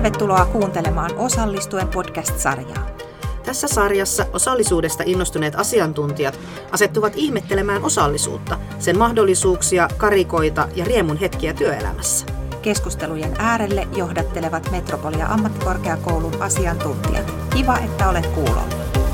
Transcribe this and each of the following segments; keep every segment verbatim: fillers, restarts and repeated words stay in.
Tervetuloa kuuntelemaan Osallistuen podcast-sarjaa. Tässä sarjassa osallisuudesta innostuneet asiantuntijat asettuvat ihmettelemään osallisuutta, sen mahdollisuuksia, karikoita ja riemun hetkiä työelämässä. Keskustelujen äärelle johdattelevat Metropolia ammattikorkeakoulun asiantuntijat. Kiva, että olet kuulolla.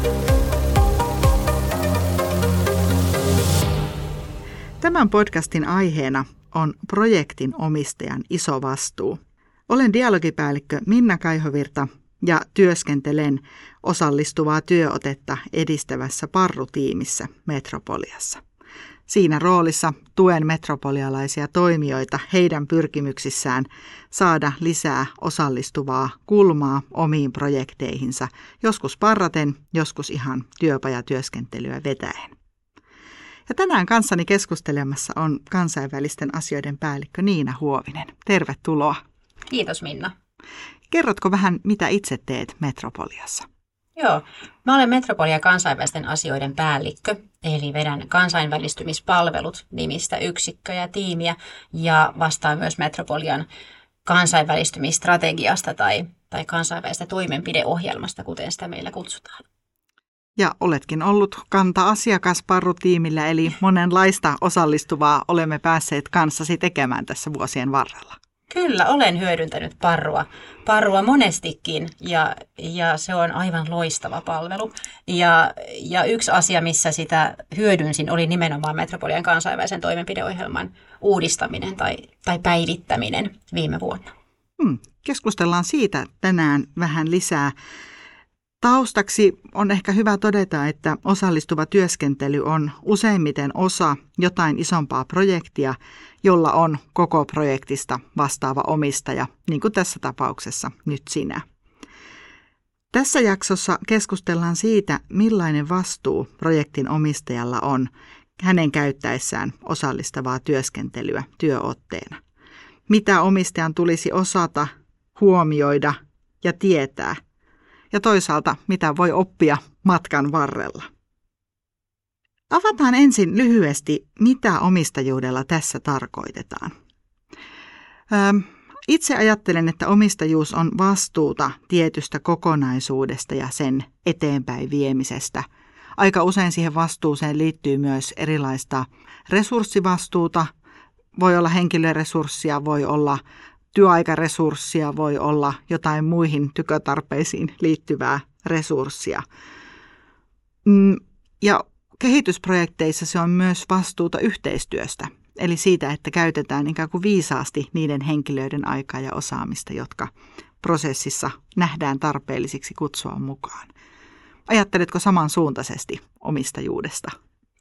Tämän podcastin aiheena on projektin omistajan iso vastuu. Olen dialogipäällikkö Minna Kaihovirta ja työskentelen osallistuvaa työotetta edistävässä parrutiimissä Metropoliassa. Siinä roolissa tuen metropolialaisia toimijoita heidän pyrkimyksissään saada lisää osallistuvaa kulmaa omiin projekteihinsa, joskus parraten, joskus ihan työpajatyöskentelyä vetäen. Ja tänään kanssani keskustelemassa on kansainvälisten asioiden päällikkö Niina Huovinen. Tervetuloa. Kiitos Minna. Kerrotko vähän, mitä itse teet Metropoliassa? Joo, mä olen Metropolia kansainvälisten asioiden päällikkö, eli vedän kansainvälistymispalvelut nimistä yksikköä ja tiimiä ja vastaan myös Metropolian kansainvälistymistrategiasta tai, tai kansainvälistä toimenpideohjelmasta, kuten sitä meillä kutsutaan. Ja oletkin ollut kanta-asiakas parrutiimillä, eli monenlaista osallistuvaa olemme päässeet kanssasi tekemään tässä vuosien varrella. Kyllä, olen hyödyntänyt parrua, parrua monestikin ja, ja se on aivan loistava palvelu. Ja, ja yksi asia, missä sitä hyödynsin, oli nimenomaan Metropolian kansainvälisen toimenpideohjelman uudistaminen tai, tai päivittäminen viime vuonna. Hmm, keskustellaan siitä tänään vähän lisää. Taustaksi on ehkä hyvä todeta, että osallistuva työskentely on useimmiten osa jotain isompaa projektia, jolla on koko projektista vastaava omistaja, niin kuin tässä tapauksessa nyt sinä. Tässä jaksossa keskustellaan siitä, millainen vastuu projektin omistajalla on hänen käyttäessään osallistavaa työskentelyä työotteena. Mitä omistajan tulisi osata, huomioida ja tietää. Ja toisaalta, mitä voi oppia matkan varrella. Avataan ensin lyhyesti, mitä omistajuudella tässä tarkoitetaan. Öö, itse ajattelen, että omistajuus on vastuuta tietystä kokonaisuudesta ja sen eteenpäin viemisestä. Aika usein siihen vastuuseen liittyy myös erilaista resurssivastuuta. Voi olla henkilöresurssia, voi olla työaikaresurssia, voi olla jotain muihin tykötarpeisiin liittyvää resurssia. Ja kehitysprojekteissa se on myös vastuuta yhteistyöstä, eli siitä, että käytetään ikään kuin viisaasti niiden henkilöiden aikaa ja osaamista, jotka prosessissa nähdään tarpeellisiksi kutsua mukaan. Ajatteletko samansuuntaisesti omistajuudesta?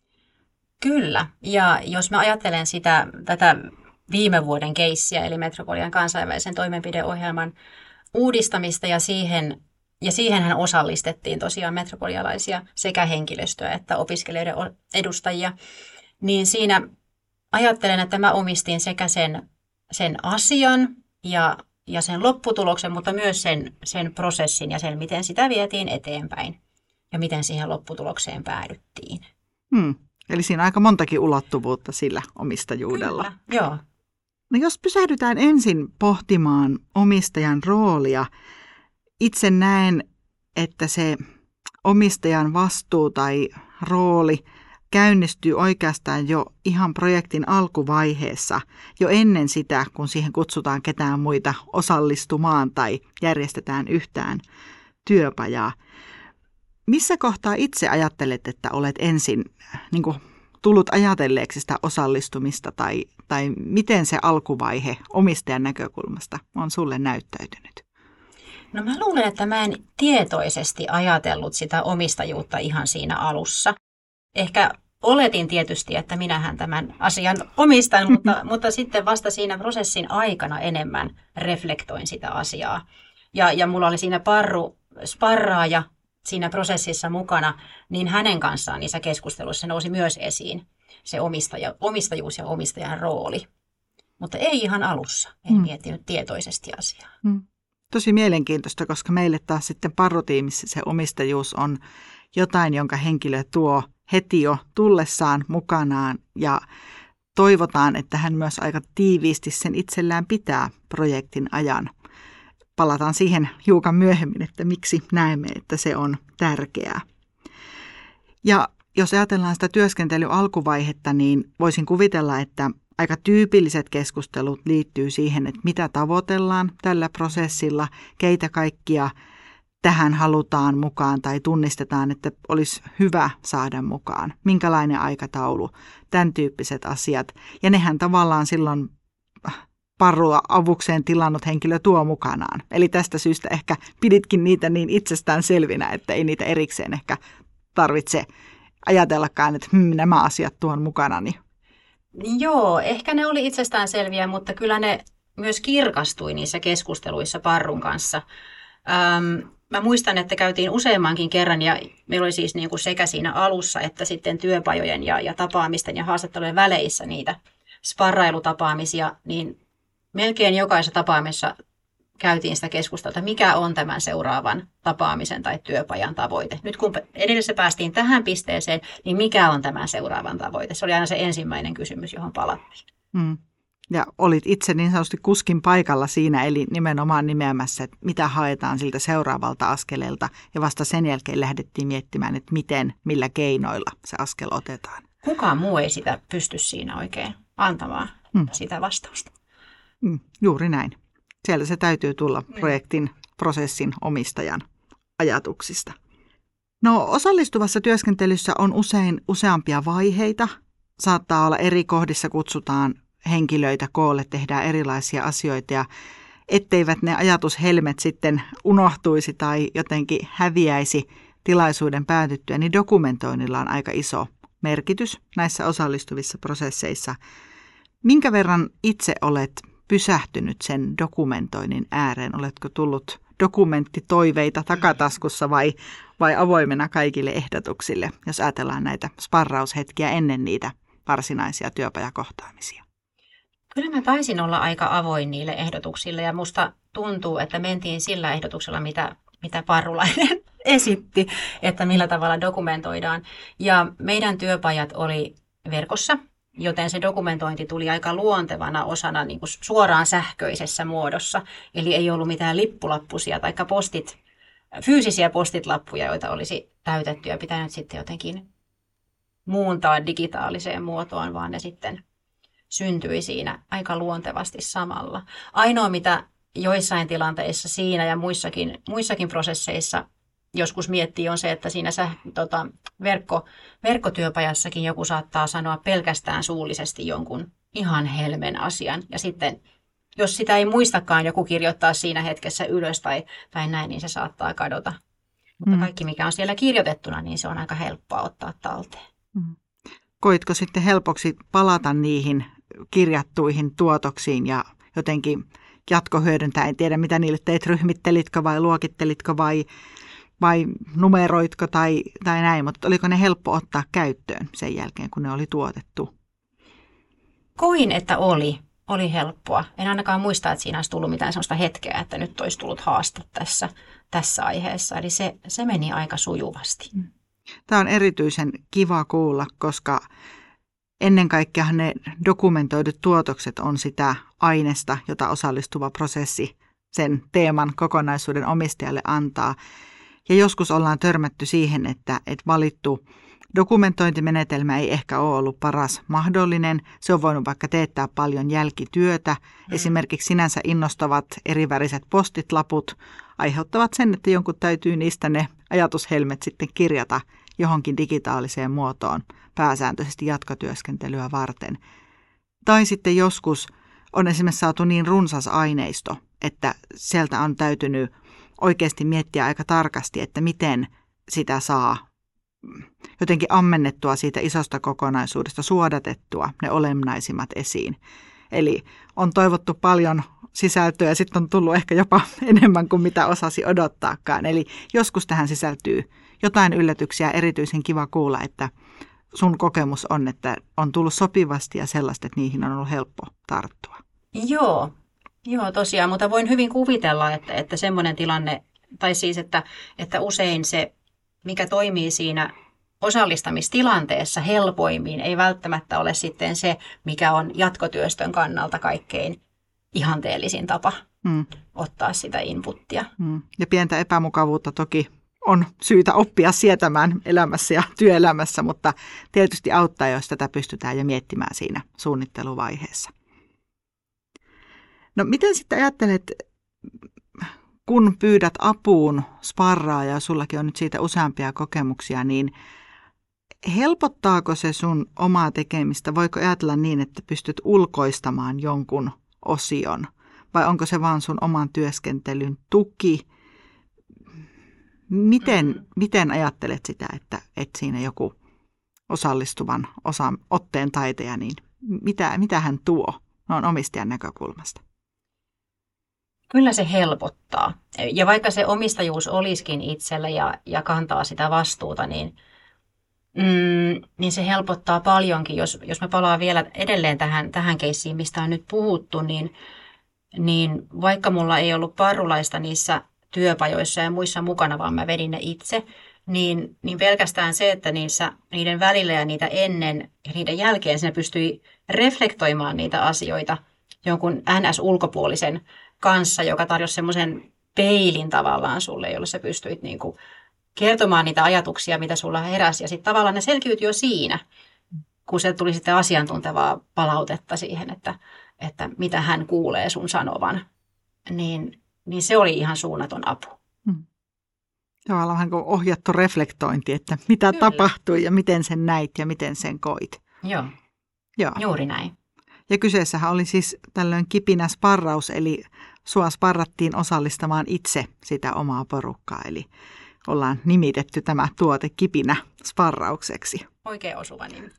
Kyllä, ja jos mä ajattelen sitä, tätä viime vuoden keissiä, eli Metropolian kansainvälisen toimenpideohjelman uudistamista, ja siihen, ja siihenhän osallistettiin tosiaan metropolialaisia sekä henkilöstöä että opiskelijoiden edustajia, niin siinä ajattelen, että mä omistin sekä sen, sen asian ja, ja sen lopputuloksen, mutta myös sen, sen prosessin ja sen, miten sitä vietiin eteenpäin ja miten siihen lopputulokseen päädyttiin. Hmm. Eli siinä on aika montakin ulottuvuutta sillä omistajuudella. Kyllä, joo. No jos pysähdytään ensin pohtimaan omistajan roolia, itse näen, että se omistajan vastuu tai rooli käynnistyy oikeastaan jo ihan projektin alkuvaiheessa, jo ennen sitä, kun siihen kutsutaan ketään muita osallistumaan tai järjestetään yhtään työpajaa. Missä kohtaa itse ajattelet, että olet ensin niin kuin, tullut ajatelleeksi sitä osallistumista tai, tai miten se alkuvaihe omistajan näkökulmasta on sulle näyttäytynyt? No mä luulen, että mä en tietoisesti ajatellut sitä omistajuutta ihan siinä alussa. Ehkä oletin tietysti, että minähän tämän asian omistan, mutta, mutta sitten vasta siinä prosessin aikana enemmän reflektoin sitä asiaa. Ja, ja mulla oli siinä parru, sparraaja siinä prosessissa mukana, niin hänen kanssaan niissä keskusteluissa nousi myös esiin se omistaja, omistajuus ja omistajan rooli. Mutta ei ihan alussa, en mm. miettinyt tietoisesti asiaa. Mm. Tosi mielenkiintoista, koska meille taas sitten parrutiimissä se omistajuus on jotain, jonka henkilö tuo heti jo tullessaan mukanaan ja toivotaan, että hän myös aika tiiviisti sen itsellään pitää projektin ajan. palataan siihen hiukan myöhemmin, että miksi näemme, että se on tärkeää. Ja jos ajatellaan sitä työskentelyn alkuvaihetta, niin voisin kuvitella, että aika tyypilliset keskustelut liittyy siihen, että mitä tavoitellaan tällä prosessilla, keitä kaikkia tähän halutaan mukaan tai tunnistetaan, että olisi hyvä saada mukaan, minkälainen aikataulu, tämän tyyppiset asiat. Ja nehän tavallaan silloin parrua avukseen tilannut henkilö tuo mukanaan. Eli tästä syystä ehkä piditkin niitä niin itsestään selvinä, että ei niitä erikseen ehkä tarvitse ajatellakaan, että hmm, nämä asiat tuon mukanani. Joo, ehkä ne oli itsestäänselviä, mutta kyllä ne myös kirkastui niissä keskusteluissa Parrun kanssa. Ähm, mä muistan, että käytiin useammankin kerran ja meillä oli siis niin kuin sekä siinä alussa että sitten työpajojen ja, ja tapaamisten ja haastattelujen väleissä niitä sparrailutapaamisia, niin melkein jokaisessa tapaamisessa käytiin sitä keskustelua, että mikä on tämän seuraavan tapaamisen tai työpajan tavoite. Nyt kun edellisessä päästiin tähän pisteeseen, niin mikä on tämän seuraavan tavoite? Se oli aina se ensimmäinen kysymys, johon palattiin. Mm. Ja olit itse niin sanotusti kuskin paikalla siinä, eli nimenomaan nimeämässä, että mitä haetaan siltä seuraavalta askeleelta. Ja vasta sen jälkeen lähdettiin miettimään, että miten, millä keinoilla se askel otetaan. Kukaan muu ei sitä pysty siinä oikein antamaan, mm. sitä vastausta. Mm, juuri näin. Siellä se täytyy tulla projektin, prosessin omistajan ajatuksista. No, osallistuvassa työskentelyssä on usein useampia vaiheita. Saattaa olla eri kohdissa kutsutaan henkilöitä koolle, tehdään erilaisia asioita ja etteivät ne ajatushelmet sitten unohtuisi tai jotenkin häviäisi tilaisuuden päätyttyä, niin dokumentoinnilla on aika iso merkitys näissä osallistuvissa prosesseissa. Minkä verran itse olet pysähtynyt sen dokumentoinnin ääreen? Oletko tullut dokumenttitoiveita takataskussa vai, vai avoimena kaikille ehdotuksille, jos ajatellaan näitä sparraushetkiä ennen niitä varsinaisia työpajakohtaamisia? Kyllä mä taisin olla aika avoin niille ehdotuksille ja musta tuntuu, että mentiin sillä ehdotuksella, mitä, mitä Parrulainen esitti, että millä tavalla dokumentoidaan. Ja meidän työpajat oli verkossa, joten se dokumentointi tuli aika luontevana osana niin kuin suoraan sähköisessä muodossa. Eli ei ollut mitään lippulappusia tai postit, fyysisiä postitlappuja, joita olisi täytetty ja pitänyt sitten jotenkin muuntaa digitaaliseen muotoon, vaan ne sitten syntyi siinä aika luontevasti samalla. Ainoa, mitä joissain tilanteissa siinä ja muissakin, muissakin prosesseissa joskus miettii, on se, että siinä sä, tota, verkko, verkkotyöpajassakin joku saattaa sanoa pelkästään suullisesti jonkun ihan helmen asian. Ja sitten, jos sitä ei muistakaan joku kirjoittaa siinä hetkessä ylös tai, tai näin, niin se saattaa kadota. Mutta mm. kaikki, mikä on siellä kirjoitettuna, niin se on aika helppoa ottaa talteen. Mm. Koitko sitten helpoksi palata niihin kirjattuihin tuotoksiin ja jotenkin jatkohyödyntää? En tiedä, mitä niille teit, ryhmittelitko vai luokittelitko vai, vai numeroitko tai, tai näin, mutta oliko ne helppo ottaa käyttöön sen jälkeen, kun ne oli tuotettu? Koin, että oli. Oli helppoa. En ainakaan muista, että siinä olisi tullut mitään sellaista hetkeä, että nyt olisi tullut haaste tässä, tässä aiheessa. Eli se, se meni aika sujuvasti. Tämä on erityisen kiva kuulla, koska ennen kaikkea ne dokumentoidut tuotokset on sitä aineesta, jota osallistuva prosessi sen teeman kokonaisuuden omistajalle antaa. Ja joskus ollaan törmätty siihen, että, että valittu dokumentointimenetelmä ei ehkä ole ollut paras mahdollinen. Se on voinut vaikka teettää paljon jälkityötä. Mm. Esimerkiksi sinänsä innostavat eriväriset postitlaput aiheuttavat sen, että jonkun täytyy niistä ne ajatushelmet sitten kirjata johonkin digitaaliseen muotoon pääsääntöisesti jatkotyöskentelyä varten. Tai sitten joskus on esimerkiksi saatu niin runsas aineisto, että sieltä on täytynyt oikeasti miettiä aika tarkasti, että miten sitä saa jotenkin ammennettua siitä isosta kokonaisuudesta, suodatettua ne olennaisimmat esiin. Eli on toivottu paljon sisältöä ja sitten on tullut ehkä jopa enemmän kuin mitä osasi odottaakaan. Eli joskus tähän sisältyy jotain yllätyksiä. Erityisen kiva kuulla, että sun kokemus on, että on tullut sopivasti ja sellaista, että niihin on ollut helppo tarttua. Joo, joo tosiaan, mutta voin hyvin kuvitella, että, että semmoinen tilanne, tai siis, että, että usein se, mikä toimii siinä osallistamistilanteessa helpoimmin, ei välttämättä ole sitten se, mikä on jatkotyöstön kannalta kaikkein ihanteellisin tapa mm. ottaa sitä inputtia. Mm. Ja pientä epämukavuutta toki on syytä oppia sietämään elämässä ja työelämässä, mutta tietysti auttaa, jos tätä pystytään jo miettimään siinä suunnitteluvaiheessa. No miten sitten ajattelet, kun pyydät apuun sparraa ja sullakin on nyt siitä useampia kokemuksia, niin helpottaako se sun omaa tekemistä? Voiko ajatella niin, että pystyt ulkoistamaan jonkun osion? Vai onko se vaan sun oman työskentelyn tuki? Miten, mm-hmm. miten ajattelet sitä, että, että siinä joku osallistuvan osa, otteen taiteja, niin mitä, mitä hän tuo noin omistajan näkökulmasta? Kyllä se helpottaa. Ja vaikka se omistajuus olisikin itsellä ja, ja kantaa sitä vastuuta, niin, mm, niin se helpottaa paljonkin. Jos, jos mä palaan vielä edelleen tähän, tähän keissiin, mistä on nyt puhuttu, niin, niin vaikka mulla ei ollut parrulaista niissä työpajoissa ja muissa mukana, vaan mä vedin ne itse, niin, niin pelkästään se, että niissä, niiden välillä ja niitä ennen ja niiden jälkeen sinä pystyi reflektoimaan niitä asioita jonkun N S-ulkopuolisen kanssa, joka tarjosi semmoisen peilin tavallaan sulle, jolla sä pystyit niinku kertomaan niitä ajatuksia, mitä sulla heräsi. Ja sitten tavallaan ne selkiytyi jo siinä, kun se tuli sitten asiantuntevaa palautetta siihen, että, että mitä hän kuulee sun sanovan. Niin, niin se oli ihan suunnaton apu. Hmm. Tavallaan vähän kuin ohjattu reflektointi, että mitä Kyllä. tapahtui ja miten sen näit ja miten sen koit. Joo, Joo. juuri näin. Ja kyseessähän oli siis tällöin kipinä sparraus, eli sua sparrattiin osallistamaan itse sitä omaa porukkaa. Eli ollaan nimitetty tämä tuote kipinä sparraukseksi. Oikein osuva nimi.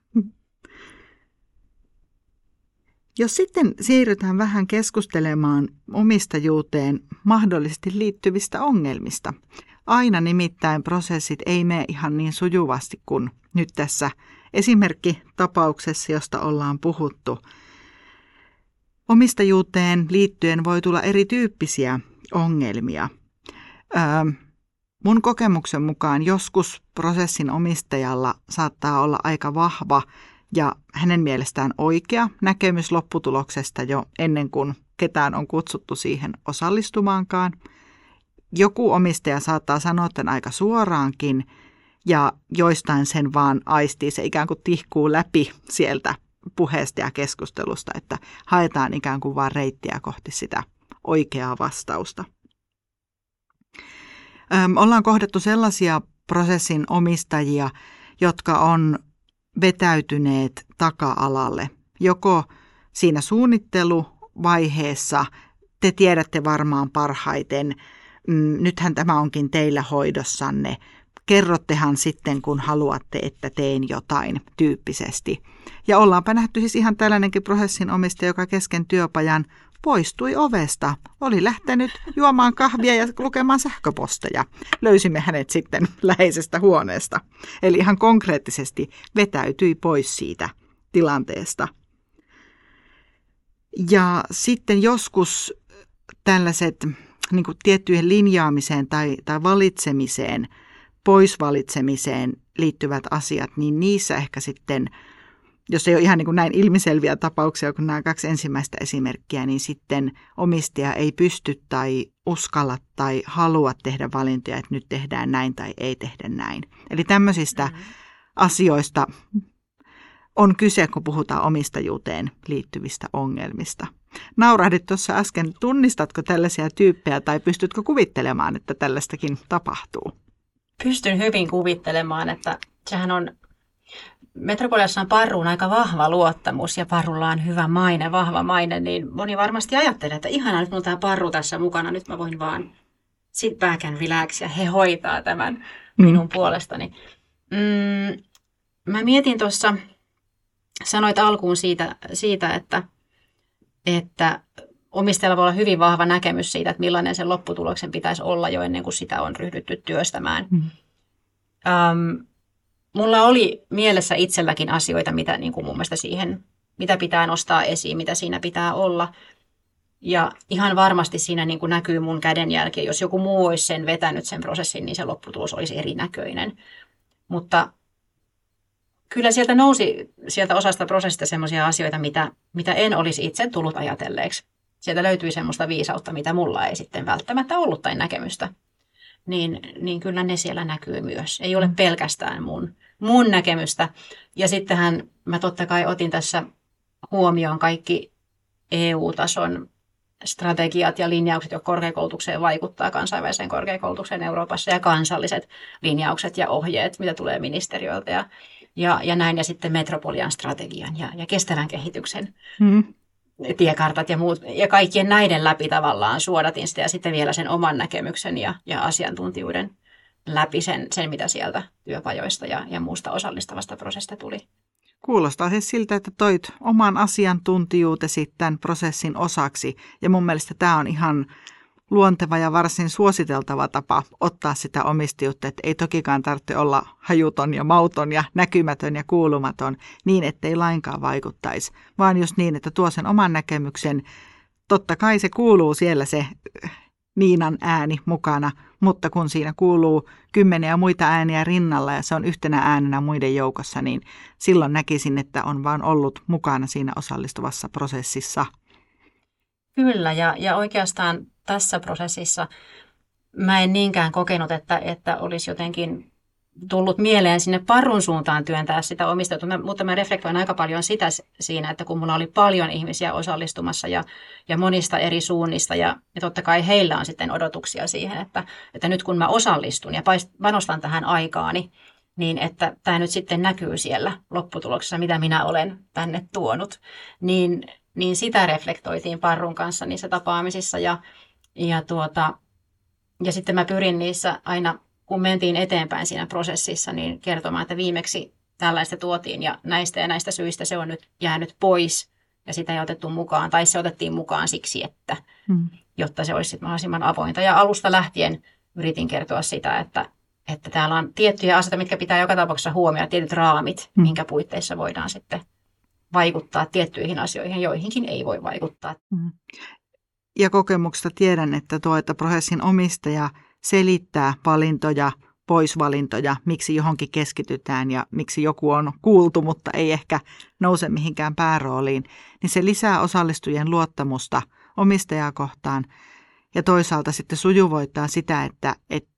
Jos sitten siirrytään vähän keskustelemaan omistajuuteen mahdollisesti liittyvistä ongelmista. Aina nimittäin prosessit ei mene ihan niin sujuvasti kuin nyt tässä esimerkkitapauksessa, josta ollaan puhuttu. Omistajuuteen liittyen voi tulla erityyppisiä ongelmia. Öö, mun kokemuksen mukaan joskus prosessin omistajalla saattaa olla aika vahva ja hänen mielestään oikea näkemys lopputuloksesta jo ennen kuin ketään on kutsuttu siihen osallistumaankaan. Joku omistaja saattaa sanoa tämän aika suoraankin ja joistain sen vaan aistii, se ikään kuin tihkuu läpi sieltä puheesta ja keskustelusta, että haetaan ikään kuin vaan reittiä kohti sitä oikeaa vastausta. Öm, ollaan kohdattu sellaisia prosessin omistajia, jotka on vetäytyneet taka-alalle. Joko siinä suunnitteluvaiheessa, te tiedätte varmaan parhaiten, mm, nythän tämä onkin teillä hoidossanne, kerrottehan sitten, kun haluatte, että teen jotain tyyppisesti. Ja ollaanpa nähty siis ihan tällainenkin prosessin omistaja, joka kesken työpajan poistui ovesta, oli lähtenyt juomaan kahvia ja lukemaan sähköposteja. Löysimme hänet sitten läheisestä huoneesta. Eli ihan konkreettisesti vetäytyi pois siitä tilanteesta. Ja sitten joskus tällaiset niin kuin tiettyjen linjaamiseen tai, tai valitsemiseen, poisvalitsemiseen liittyvät asiat, niin niissä ehkä sitten, jos ei ole ihan niin kuin näin ilmiselviä tapauksia kuin nämä kaksi ensimmäistä esimerkkiä, niin sitten omistaja ei pysty tai uskalla tai halua tehdä valintoja, että nyt tehdään näin tai ei tehdä näin. Eli tämmöisistä mm-hmm. asioista on kyse, kun puhutaan omistajuuteen liittyvistä ongelmista. Naurahdit tuossa äsken, tunnistatko tällaisia tyyppejä tai pystytkö kuvittelemaan, että tällaistakin tapahtuu? Pystyn hyvin kuvittelemaan, että sehän on, Metropoliassa on Parruun aika vahva luottamus ja Parrulla on hyvä maine, vahva maine, niin moni varmasti ajattelee, että ihanaa, nyt mulla on tämä Parru tässä mukana, nyt mä voin vaan sit back and relax ja he hoitaa tämän minun mm. puolestani. Mm, mä mietin tuossa, sanoit alkuun siitä, siitä että, että omistajalla voi olla hyvin vahva näkemys siitä, että millainen sen lopputuloksen pitäisi olla jo ennen kuin sitä on ryhdytty työstämään. Mm. Um, mulla oli mielessä itselläkin asioita, mitä niin kuin mun mielestä siihen, mitä pitää nostaa esiin, mitä siinä pitää olla. Ja ihan varmasti siinä niin kuin näkyy mun kädenjälki. Jos joku muu olisi sen vetänyt sen prosessin, niin se lopputulos olisi erinäköinen. Mutta kyllä sieltä nousi sieltä osasta prosessista sellaisia asioita, mitä, mitä en olisi itse tullut ajatelleeksi. sieltä löytyi semmoista viisautta, mitä mulla ei sitten välttämättä ollut tai näkemystä. Niin, niin kyllä ne siellä näkyy myös. Ei ole pelkästään mun, mun näkemystä. Ja sittenhän mä totta kai otin tässä huomioon kaikki E U-tason strategiat ja linjaukset, jotka korkeakoulutukseen vaikuttaa, kansainväliseen korkeakoulutukseen Euroopassa, ja kansalliset linjaukset ja ohjeet, mitä tulee ministeriöltä ja, ja, ja näin, ja sitten metropolian strategian ja, ja kestävän kehityksen mm. tiekartat ja muut, ja kaikkien näiden läpi tavallaan suodatin sitä, ja sitten vielä sen oman näkemyksen ja, ja asiantuntijuuden läpi sen, sen, mitä sieltä työpajoista ja, ja muusta osallistavasta prosessista tuli. Kuulostaa siis siltä, että toit oman asiantuntijuutesi tämän prosessin osaksi, ja mun mielestä tämä on ihan luonteva ja varsin suositeltava tapa ottaa sitä omistajuutta, että ei tokikaan tarvitse olla hajuton ja mauton ja näkymätön ja kuulumaton niin, ettei lainkaan vaikuttaisi, vaan just niin, että tuo sen oman näkemyksen, totta kai se kuuluu siellä se Niinan ääni mukana, mutta kun siinä kuuluu kymmeniä muita ääniä rinnalla ja se on yhtenä äänenä muiden joukossa, niin silloin näkisin, että on vaan ollut mukana siinä osallistuvassa prosessissa. Kyllä, ja, ja oikeastaan tässä prosessissa mä en niinkään kokenut, että, että olisi jotenkin tullut mieleen sinne parrun suuntaan työntää sitä omistajuutta, mutta mä reflektoin aika paljon sitä siinä, että kun mulla oli paljon ihmisiä osallistumassa ja, ja monista eri suunnista, ja, ja totta kai heillä on sitten odotuksia siihen, että, että nyt kun mä osallistun ja panostan tähän aikaani, niin että tämä nyt sitten näkyy siellä lopputuloksessa, mitä minä olen tänne tuonut, niin, niin sitä reflektoitiin parrun kanssa niissä tapaamisissa, ja, ja, tuota, ja sitten mä pyrin niissä aina, kun mentiin eteenpäin siinä prosessissa, niin kertomaan, että viimeksi tällaista tuotiin ja näistä ja näistä syistä se on nyt jäänyt pois ja sitä ei otettu mukaan. Tai se otettiin mukaan siksi, että hmm. jotta se olisi mahdollisimman avointa. Ja alusta lähtien yritin kertoa sitä, että, että täällä on tiettyjä asioita, mitkä pitää joka tapauksessa huomioida, tietyt raamit, hmm. minkä puitteissa voidaan sitten vaikuttaa tiettyihin asioihin, joihinkin ei voi vaikuttaa. Hmm. Ja kokemuksesta tiedän, että tuo, että prosessin omistaja selittää valintoja, poisvalintoja, miksi johonkin keskitytään ja miksi joku on kuultu, mutta ei ehkä nouse mihinkään päärooliin, niin se lisää osallistujien luottamusta omistajaa kohtaan ja toisaalta sitten sujuvoittaa sitä, että, että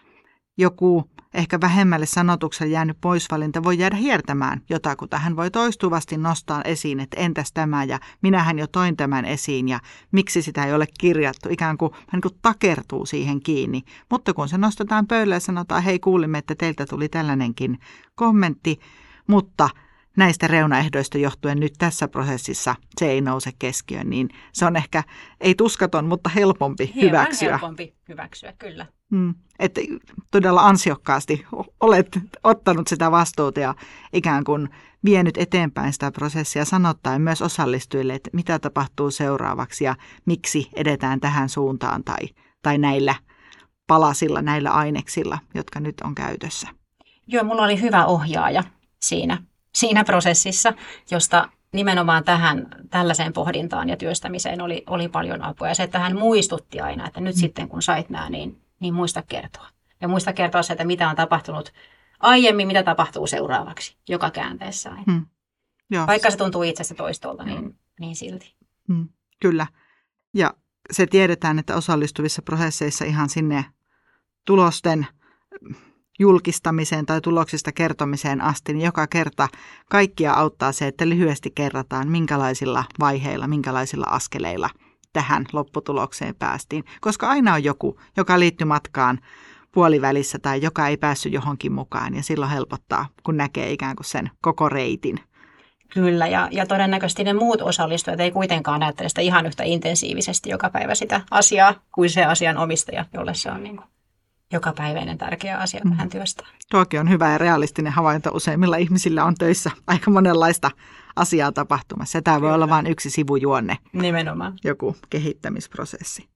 joku ehkä vähemmälle sanotukselle jäänyt poisvalinta voi jäädä hiertämään jotakuta. Hän voi toistuvasti nostaa esiin, että entäs tämä ja minähän jo toin tämän esiin ja miksi sitä ei ole kirjattu. Ikään kuin hän niin kuin takertuu siihen kiinni. Mutta kun se nostetaan pöydälle ja sanotaan, hei kuulimme, että teiltä tuli tällainenkin kommentti, mutta näistä reunaehdoista johtuen nyt tässä prosessissa se ei nouse keskiöön, niin se on ehkä, ei tuskaton, mutta helpompi Hieman hyväksyä. helpompi hyväksyä, kyllä. Hmm. Että todella ansiokkaasti olet ottanut sitä vastuuta ja ikään kuin vienyt eteenpäin sitä prosessia sanottaen myös osallistujille, että mitä tapahtuu seuraavaksi ja miksi edetään tähän suuntaan tai, tai näillä palasilla, näillä aineksilla, jotka nyt on käytössä. Joo, mulla oli hyvä ohjaaja siinä. Siinä prosessissa, josta nimenomaan tähän tällaiseen pohdintaan ja työstämiseen oli, oli paljon apua. Ja se, että hän muistutti aina, että nyt mm. sitten kun sait nämä, niin, niin muista kertoa. Ja muista kertoa se, että mitä on tapahtunut aiemmin, mitä tapahtuu seuraavaksi, joka käänteessä. Mm. Vaikka se tuntuu itsestä toistolta, niin, niin silti. Mm. Kyllä. Ja se tiedetään, että osallistuvissa prosesseissa ihan sinne tulosten julkistamiseen tai tuloksista kertomiseen asti, niin joka kerta kaikkia auttaa se, että lyhyesti kerrataan, minkälaisilla vaiheilla, minkälaisilla askeleilla tähän lopputulokseen päästiin. Koska aina on joku, joka liittyy matkaan puolivälissä tai joka ei päässyt johonkin mukaan ja silloin helpottaa, kun näkee ikään kuin sen koko reitin. Kyllä, ja, ja todennäköisesti ne muut osallistujat ei kuitenkaan ajattele sitä ihan yhtä intensiivisesti joka päivä sitä asiaa kuin se asian omistaja, jolle se on niin kuin jokapäiväinen tärkeä asia mm. tähän työstään. Tuokin on hyvä ja realistinen havainto. Useimmilla ihmisillä on töissä aika monenlaista asiaa tapahtumassa. Ja tämä voi Kyllä. olla vain yksi sivujuonne. Nimenomaan. Joku kehittämisprosessi.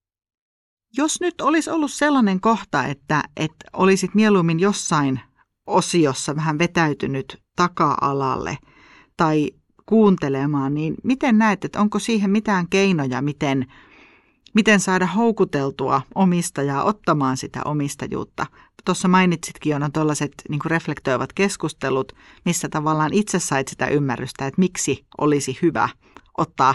Jos nyt olisi ollut sellainen kohta, että, että olisit mieluummin jossain osiossa vähän vetäytynyt taka-alalle tai kuuntelemaan, niin miten näet, että onko siihen mitään keinoja, miten Miten saada houkuteltua omistajaa ottamaan sitä omistajuutta? Tuossa mainitsitkin, on tuollaiset niin kuin reflektoivat keskustelut, missä tavallaan itse sait sitä ymmärrystä, että miksi olisi hyvä ottaa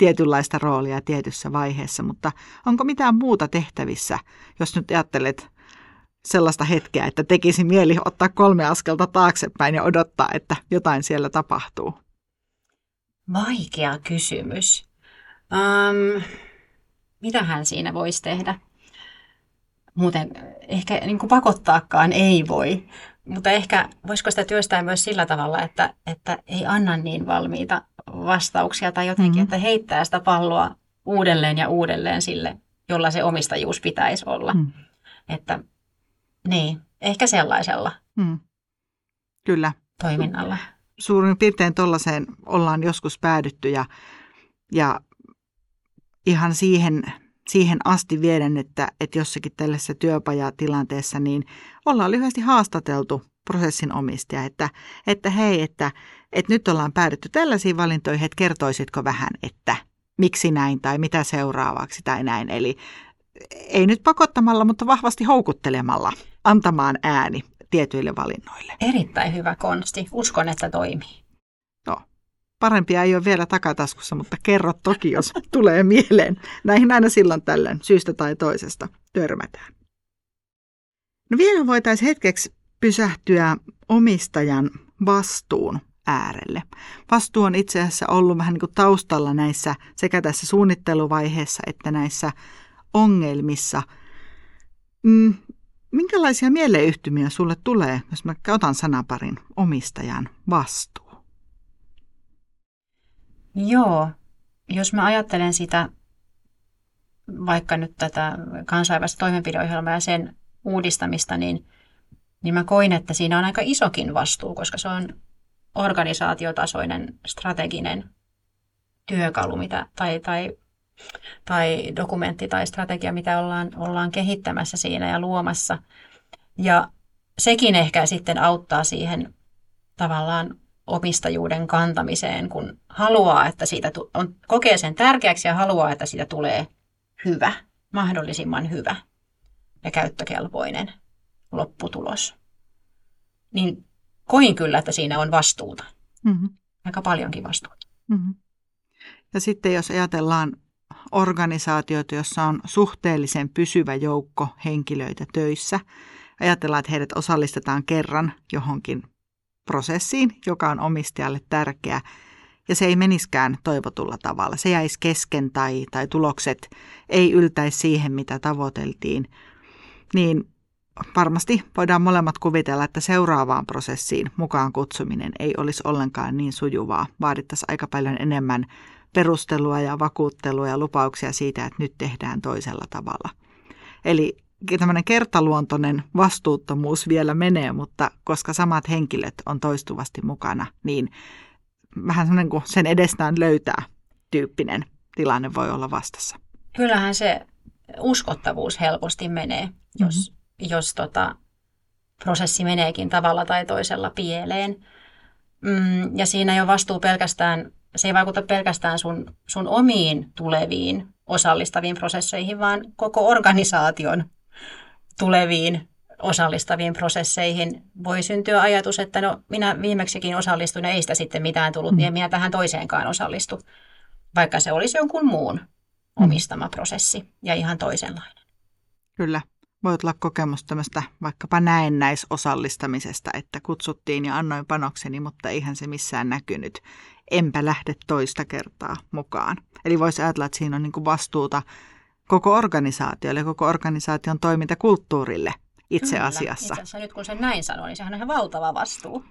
tietynlaista roolia tietyssä vaiheessa, mutta onko mitään muuta tehtävissä, jos nyt ajattelet sellaista hetkeä, että tekisi mieli ottaa kolme askelta taaksepäin ja odottaa, että jotain siellä tapahtuu? Vaikea kysymys. Um, mitähän siinä voisi tehdä? Muuten ehkä niin kuin pakottaakaan ei voi, mutta ehkä voisiko sitä työstää myös sillä tavalla, että, että ei anna niin valmiita vastauksia tai jotenkin, mm-hmm. että heittää sitä palloa uudelleen ja uudelleen sille, jolla se omistajuus pitäisi olla. Mm. Että niin, ehkä sellaisella mm. Kyllä. toiminnalla. Suurin piirtein tuollaiseen ollaan joskus päädytty ja, ja ihan siihen, siihen asti vieden, että, että jossakin tällaisessa työpajatilanteessa niin ollaan lyhyesti haastateltu prosessin omistaja, että, että hei, että, että nyt ollaan päädytty tällaisiin valintoihin, että kertoisitko vähän, että miksi näin tai mitä seuraavaksi tai näin. Eli ei nyt pakottamalla, mutta vahvasti houkuttelemalla antamaan ääni tietyille valinnoille. Erittäin hyvä konsti. Uskon, että toimii. Joo. Parempia ei ole vielä takataskussa, mutta kerro toki, jos tulee mieleen. Näihin aina silloin tällöin syystä tai toisesta törmätään. No vielä voitaisiin hetkeksi pysähtyä omistajan vastuun äärelle. Vastuu on itse asiassa ollut vähän niin kuin taustalla näissä sekä tässä suunnitteluvaiheessa että näissä ongelmissa. Mm, minkälaisia mieleyhtymiä sulle tulee, jos mä otan sanaparin omistajan vastuu? Joo, jos mä ajattelen sitä, vaikka nyt tätä kansainvälistä toimenpideohjelmaa ja sen uudistamista, niin, niin mä koin, että siinä on aika isokin vastuu, koska se on organisaatiotasoinen strateginen työkalu mitä, tai, tai, tai dokumentti tai strategia, mitä ollaan, ollaan kehittämässä siinä ja luomassa. Ja sekin ehkä sitten auttaa siihen tavallaan omistajuuden kantamiseen, kun haluaa, että siitä on, kokee sen tärkeäksi ja haluaa, että siitä tulee hyvä, mahdollisimman hyvä ja käyttökelpoinen lopputulos. Niin koin kyllä, että siinä on vastuuta. Mm-hmm. Aika paljonkin vastuuta. Mm-hmm. Ja sitten jos ajatellaan organisaatioita, jossa on suhteellisen pysyvä joukko henkilöitä töissä, ajatellaan, että heidät osallistetaan kerran johonkin prosessiin, joka on omistajalle tärkeä, ja se ei meniskään toivotulla tavalla. Se jäisi kesken tai, tai tulokset ei yltäisi siihen, mitä tavoiteltiin, niin varmasti voidaan molemmat kuvitella, että seuraavaan prosessiin mukaan kutsuminen ei olisi ollenkaan niin sujuvaa. Vaadittaisiin aika paljon enemmän perustelua ja vakuuttelua ja lupauksia siitä, että nyt tehdään toisella tavalla. Eli tämmöinen kertaluontoinen vastuuttomuus vielä menee, mutta koska samat henkilöt on toistuvasti mukana, niin vähän semmoinen kuin sen edestään löytää tyyppinen tilanne voi olla vastassa. Kyllähän se uskottavuus helposti menee, jos, mm-hmm. jos tota, prosessi meneekin tavalla tai toisella pieleen. Mm, ja siinä ei ole vastuu pelkästään, se ei vaikuta pelkästään sun, sun omiin tuleviin osallistaviin prosesseihin, vaan koko organisaation tuleviin osallistaviin prosesseihin voi syntyä ajatus, että no minä viimeksikin osallistuin ja ei sitä sitten mitään tullut, mm. niin en minä tähän toiseenkaan osallistu, vaikka se olisi jonkun muun omistama mm. prosessi ja ihan toisenlainen. Kyllä. Voi olla kokemus tämmöistä vaikkapa näennäisosallistamisesta, että kutsuttiin ja annoin panokseni, mutta eihän se missään näkynyt. Enpä lähde toista kertaa mukaan. Eli voisi ajatella, että siinä on niin kuin vastuuta koko organisaatiolle ja koko organisaation toimintakulttuurille itse Kyllä. asiassa. Itse asiassa nyt kun sen näin sanoo, niin sehän on ihan valtava vastuu.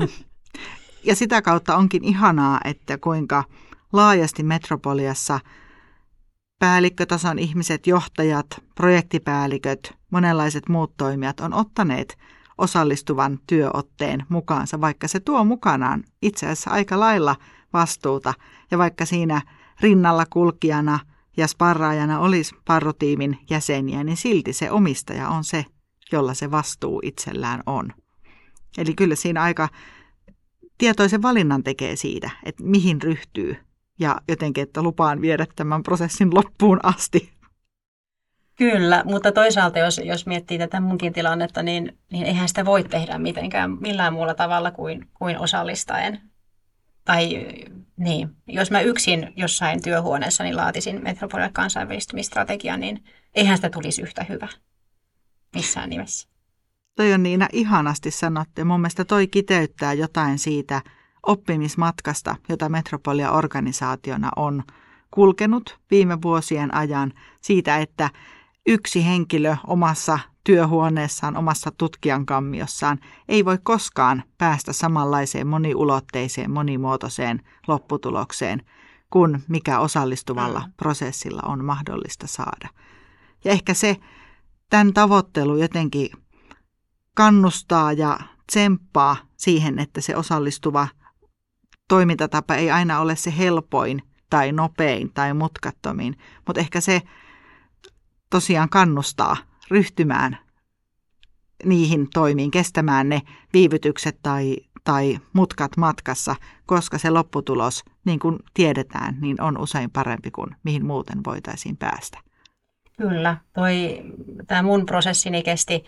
Ja sitä kautta onkin ihanaa, että kuinka laajasti Metropoliassa päällikkötason ihmiset, johtajat, projektipäälliköt, monenlaiset muut toimijat on ottaneet osallistuvan työotteen mukaansa, vaikka se tuo mukanaan itse asiassa aika lailla vastuuta. Ja vaikka siinä rinnalla kulkijana ja sparraajana olisi parrutiimin jäseniä, niin silti se omistaja on se, jolla se vastuu itsellään on. Eli kyllä siinä aika tietoisen valinnan tekee siitä, että mihin ryhtyy ja jotenkin, että lupaan viedä tämän prosessin loppuun asti. Kyllä, mutta toisaalta jos, jos miettii tätä munkin tilannetta, niin, niin eihän sitä voi tehdä mitenkään millään muulla tavalla kuin, kuin osallistaen. Tai Niin, jos mä yksin jossain työhuoneessani laatisin Metropolian kansainvälistymistrategian, niin eihän sitä tulisi yhtä hyvä missään nimessä. Toi on Niina ihanasti sanottu. Mun mielestä toi kiteyttää jotain siitä oppimismatkasta, jota Metropolia organisaationa on kulkenut viime vuosien ajan. Siitä, että yksi henkilö omassa työhuoneessaan, omassa tutkijan kammiossaan ei voi koskaan päästä samanlaiseen moniulotteiseen, monimuotoiseen lopputulokseen kuin mikä osallistuvalla mm. prosessilla on mahdollista saada. Ja ehkä se tämän tavoittelu jotenkin kannustaa ja tsemppaa siihen, että se osallistuva toimintatapa ei aina ole se helpoin tai nopein tai mutkattomin, mutta ehkä se tosiaan kannustaa ryhtymään niihin toimiin, kestämään ne viivytykset tai, tai mutkat matkassa, koska se lopputulos, niin kuin tiedetään, niin on usein parempi kuin mihin muuten voitaisiin päästä. Kyllä. Toi, tämä mun prosessini kesti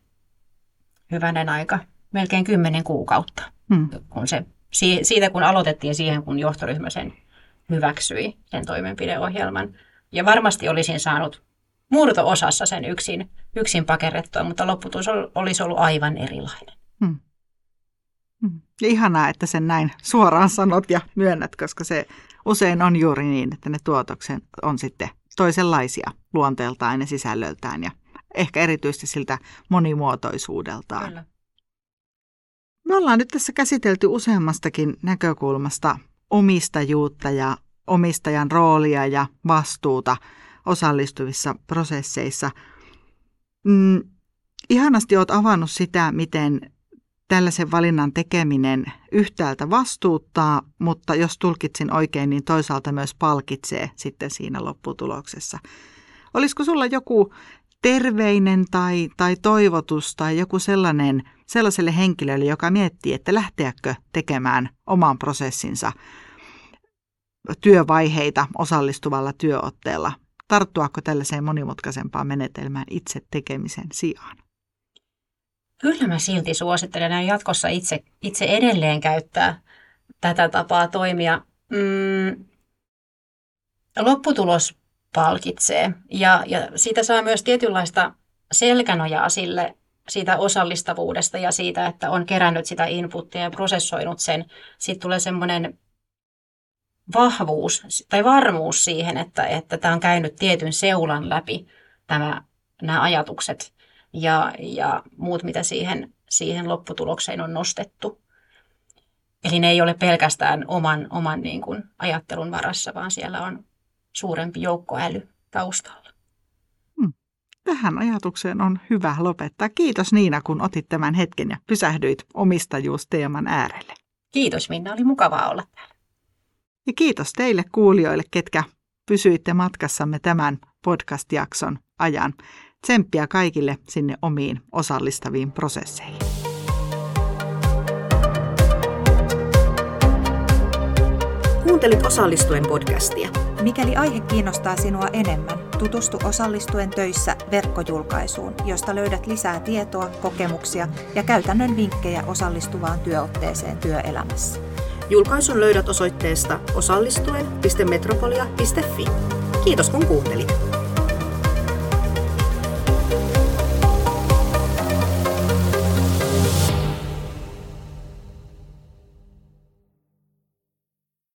hyvänen aika, melkein kymmenen kuukautta. Hmm. Kun se, siitä kun aloitettiin siihen, kun johtoryhmä sen hyväksyi, sen toimenpideohjelman. Ja varmasti olisin saanut murto-osassa sen yksin, yksin pakerrettua, mutta lopputulos olisi ollut aivan erilainen. Hmm. Hmm. Ja ihanaa, että sen näin suoraan sanot ja myönnät, koska se usein on juuri niin, että ne tuotokset on sitten toisenlaisia luonteeltaan ja sisällöltään ja ehkä erityisesti siltä monimuotoisuudeltaan. Kyllä. Me ollaan nyt tässä käsitelty useammastakin näkökulmasta omistajuutta ja omistajan roolia ja vastuuta osallistuvissa prosesseissa. Mm, ihanasti olet avannut sitä, miten tällaisen valinnan tekeminen yhtäältä vastuuttaa, mutta jos tulkitsin oikein, niin toisaalta myös palkitsee sitten siinä lopputuloksessa. Olisiko sulla joku terveinen tai, tai toivotus tai joku sellainen sellaiselle henkilölle, joka miettii, että lähteäkö tekemään oman prosessinsa työvaiheita osallistuvalla työotteella? Tarttuako tällaiseen monimutkaisempaan menetelmään itse tekemisen sijaan? Kyllä mä silti suosittelen ja jatkossa itse, itse edelleen käyttää tätä tapaa toimia. Mm, lopputulos palkitsee ja, ja siitä saa myös tietynlaista selkänojaa sille siitä osallistavuudesta ja siitä, että on kerännyt sitä inputtia ja prosessoinut sen. Sitten tulee semmoinen vahvuus tai varmuus siihen, että, että tämä on käynyt tietyn seulan läpi tämä, nämä ajatukset ja, ja muut, mitä siihen, siihen lopputulokseen on nostettu. Eli ne ei ole pelkästään oman, oman niin kuin ajattelun varassa, vaan siellä on suurempi joukkoäly taustalla. Hmm. Tähän ajatukseen on hyvä lopettaa. Kiitos Niina, kun otit tämän hetken ja pysähdyit omistajuusteeman äärelle. Kiitos Minna, oli mukavaa olla täällä. Ja kiitos teille kuulijoille, ketkä pysyitte matkassamme tämän podcast-jakson ajan. Tsemppiä kaikille sinne omiin osallistaviin prosesseihin. Kuuntelit Osallistuen podcastia. Mikäli aihe kiinnostaa sinua enemmän, tutustu Osallistuen töissä verkkojulkaisuun, josta löydät lisää tietoa, kokemuksia ja käytännön vinkkejä osallistuvaan työotteeseen työelämässä. Julkaisun löydät osoitteesta osallistuen piste metropolia piste fi. Kiitos kun kuuntelit.